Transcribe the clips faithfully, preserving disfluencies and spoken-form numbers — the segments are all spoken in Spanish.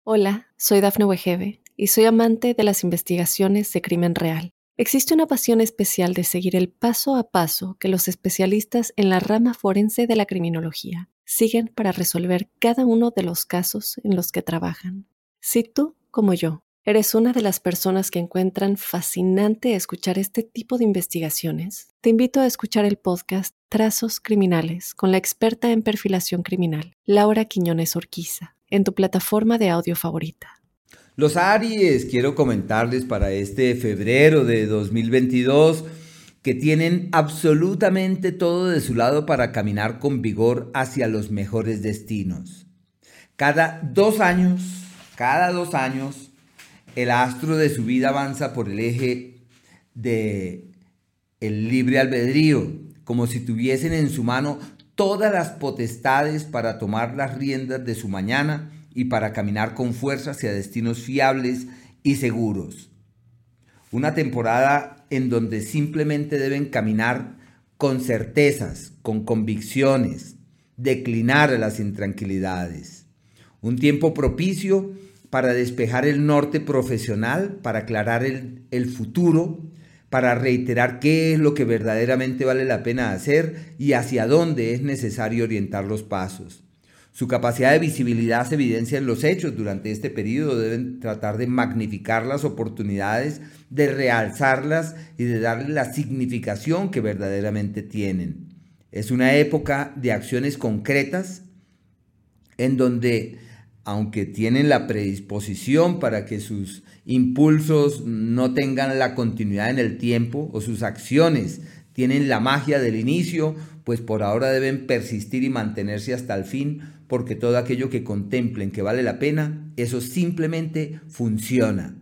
Hola, soy Dafne Wegebe y soy amante de las investigaciones de crimen real. Existe una pasión especial de seguir el paso a paso que los especialistas en la rama forense de la criminología siguen para resolver cada uno de los casos en los que trabajan. Si tú, como yo, eres una de las personas que encuentran fascinante escuchar este tipo de investigaciones, te invito a escuchar el podcast Trazos Criminales con la experta en perfilación criminal, Laura Quiñones Orquiza, en tu plataforma de audio favorita. Los Aries, quiero comentarles para este febrero de dos mil veintidós que tienen absolutamente todo de su lado para caminar con vigor hacia los mejores destinos. Cada dos años, cada dos años, el astro de su vida avanza por el eje de el libre albedrío, como si tuviesen en su mano todas las potestades para tomar las riendas de su mañana y para caminar con fuerza hacia destinos fiables y seguros. Una temporada en donde simplemente deben caminar con certezas, con convicciones, declinar a las intranquilidades. Un tiempo propicio para despejar el norte profesional, para aclarar el, el futuro, para reiterar qué es lo que verdaderamente vale la pena hacer y hacia dónde es necesario orientar los pasos. Su capacidad de visibilidad se evidencia en los hechos. Durante este periodo deben tratar de magnificar las oportunidades, de realzarlas y de darle la significación que verdaderamente tienen. Es una época de acciones concretas en donde, aunque tienen la predisposición para que sus impulsos no tengan la continuidad en el tiempo o sus acciones tienen la magia del inicio, pues por ahora deben persistir y mantenerse hasta el fin, porque todo aquello que contemplen que vale la pena, eso simplemente funciona.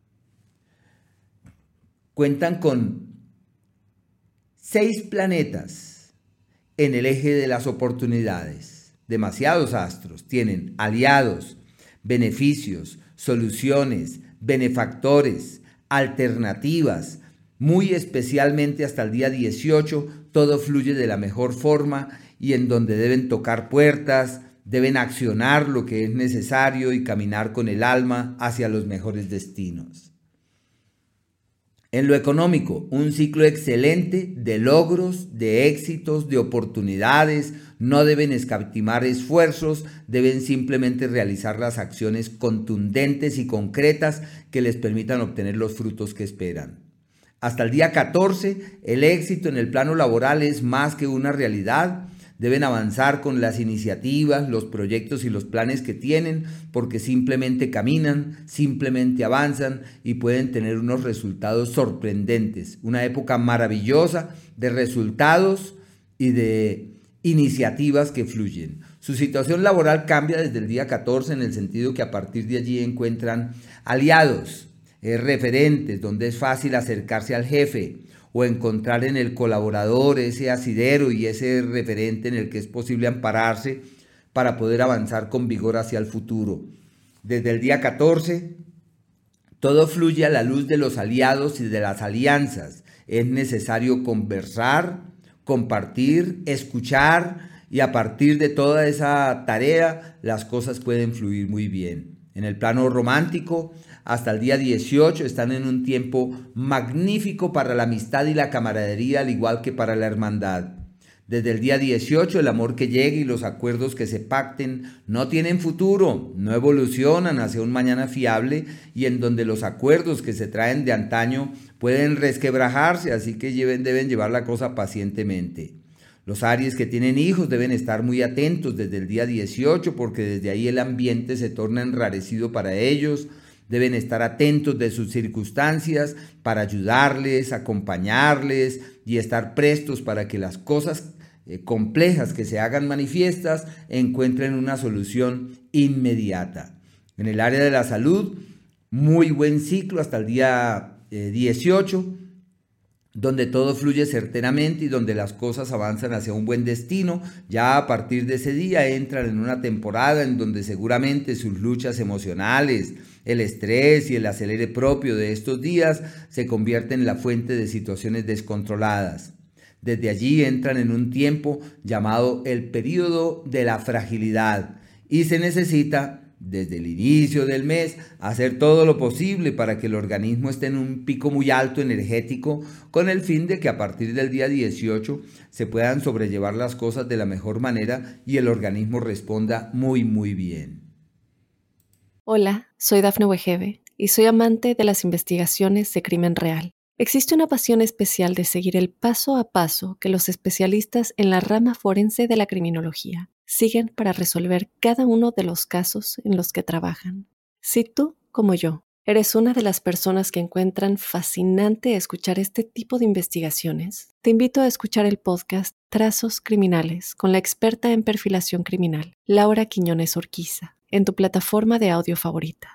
Cuentan con seis planetas en el eje de las oportunidades. Demasiados astros tienen aliados, beneficios, soluciones, benefactores, alternativas. Muy especialmente hasta el día dieciocho, todo fluye de la mejor forma y en donde deben tocar puertas, deben accionar lo que es necesario y caminar con el alma hacia los mejores destinos. En lo económico, un ciclo excelente de logros, de éxitos, de oportunidades. No deben escatimar esfuerzos, deben simplemente realizar las acciones contundentes y concretas que les permitan obtener los frutos que esperan. Hasta el día catorce, el éxito en el plano laboral es más que una realidad. Deben avanzar con las iniciativas, los proyectos y los planes que tienen, porque simplemente caminan, simplemente avanzan y pueden tener unos resultados sorprendentes. Una época maravillosa de resultados y de iniciativas que fluyen. Su situación laboral cambia desde el día catorce en el sentido que a partir de allí encuentran aliados, eh, referentes, donde es fácil acercarse al jefe o encontrar en el colaborador ese asidero y ese referente en el que es posible ampararse para poder avanzar con vigor hacia el futuro. Desde el día catorce, todo fluye a la luz de los aliados y de las alianzas. Es necesario conversar, compartir, escuchar y a partir de toda esa tarea las cosas pueden fluir muy bien. En el plano romántico, hasta el día dieciocho están en un tiempo magnífico para la amistad y la camaradería, al igual que para la hermandad. Desde el día dieciocho, el amor que llegue y los acuerdos que se pacten no tienen futuro, no evolucionan hacia un mañana fiable y en donde los acuerdos que se traen de antaño pueden resquebrajarse, así que lleven, deben llevar la cosa pacientemente. Los Aries que tienen hijos deben estar muy atentos desde el día dieciocho porque desde ahí el ambiente se torna enrarecido para ellos. Deben estar atentos de sus circunstancias para ayudarles, acompañarles y estar prestos para que las cosas eh, complejas que se hagan manifiestas encuentren una solución inmediata. En el área de la salud, muy buen ciclo hasta el día eh, dieciocho, donde todo fluye certeramente y donde las cosas avanzan hacia un buen destino. Ya a partir de ese día entran en una temporada en donde seguramente sus luchas emocionales, el estrés y el acelere propio de estos días se convierten en la fuente de situaciones descontroladas. Desde allí entran en un tiempo llamado el período de la fragilidad y se necesita desde el inicio del mes, hacer todo lo posible para que el organismo esté en un pico muy alto energético, con el fin de que a partir del día dieciocho se puedan sobrellevar las cosas de la mejor manera y el organismo responda muy muy bien. Hola, soy Dafne Wegebe y soy amante de las investigaciones de crimen real. Existe una pasión especial de seguir el paso a paso que los especialistas en la rama forense de la criminología siguen para resolver cada uno de los casos en los que trabajan. Si tú, como yo, eres una de las personas que encuentran fascinante escuchar este tipo de investigaciones, te invito a escuchar el podcast Trazos Criminales con la experta en perfilación criminal, Laura Quiñones Orquiza, en tu plataforma de audio favorita.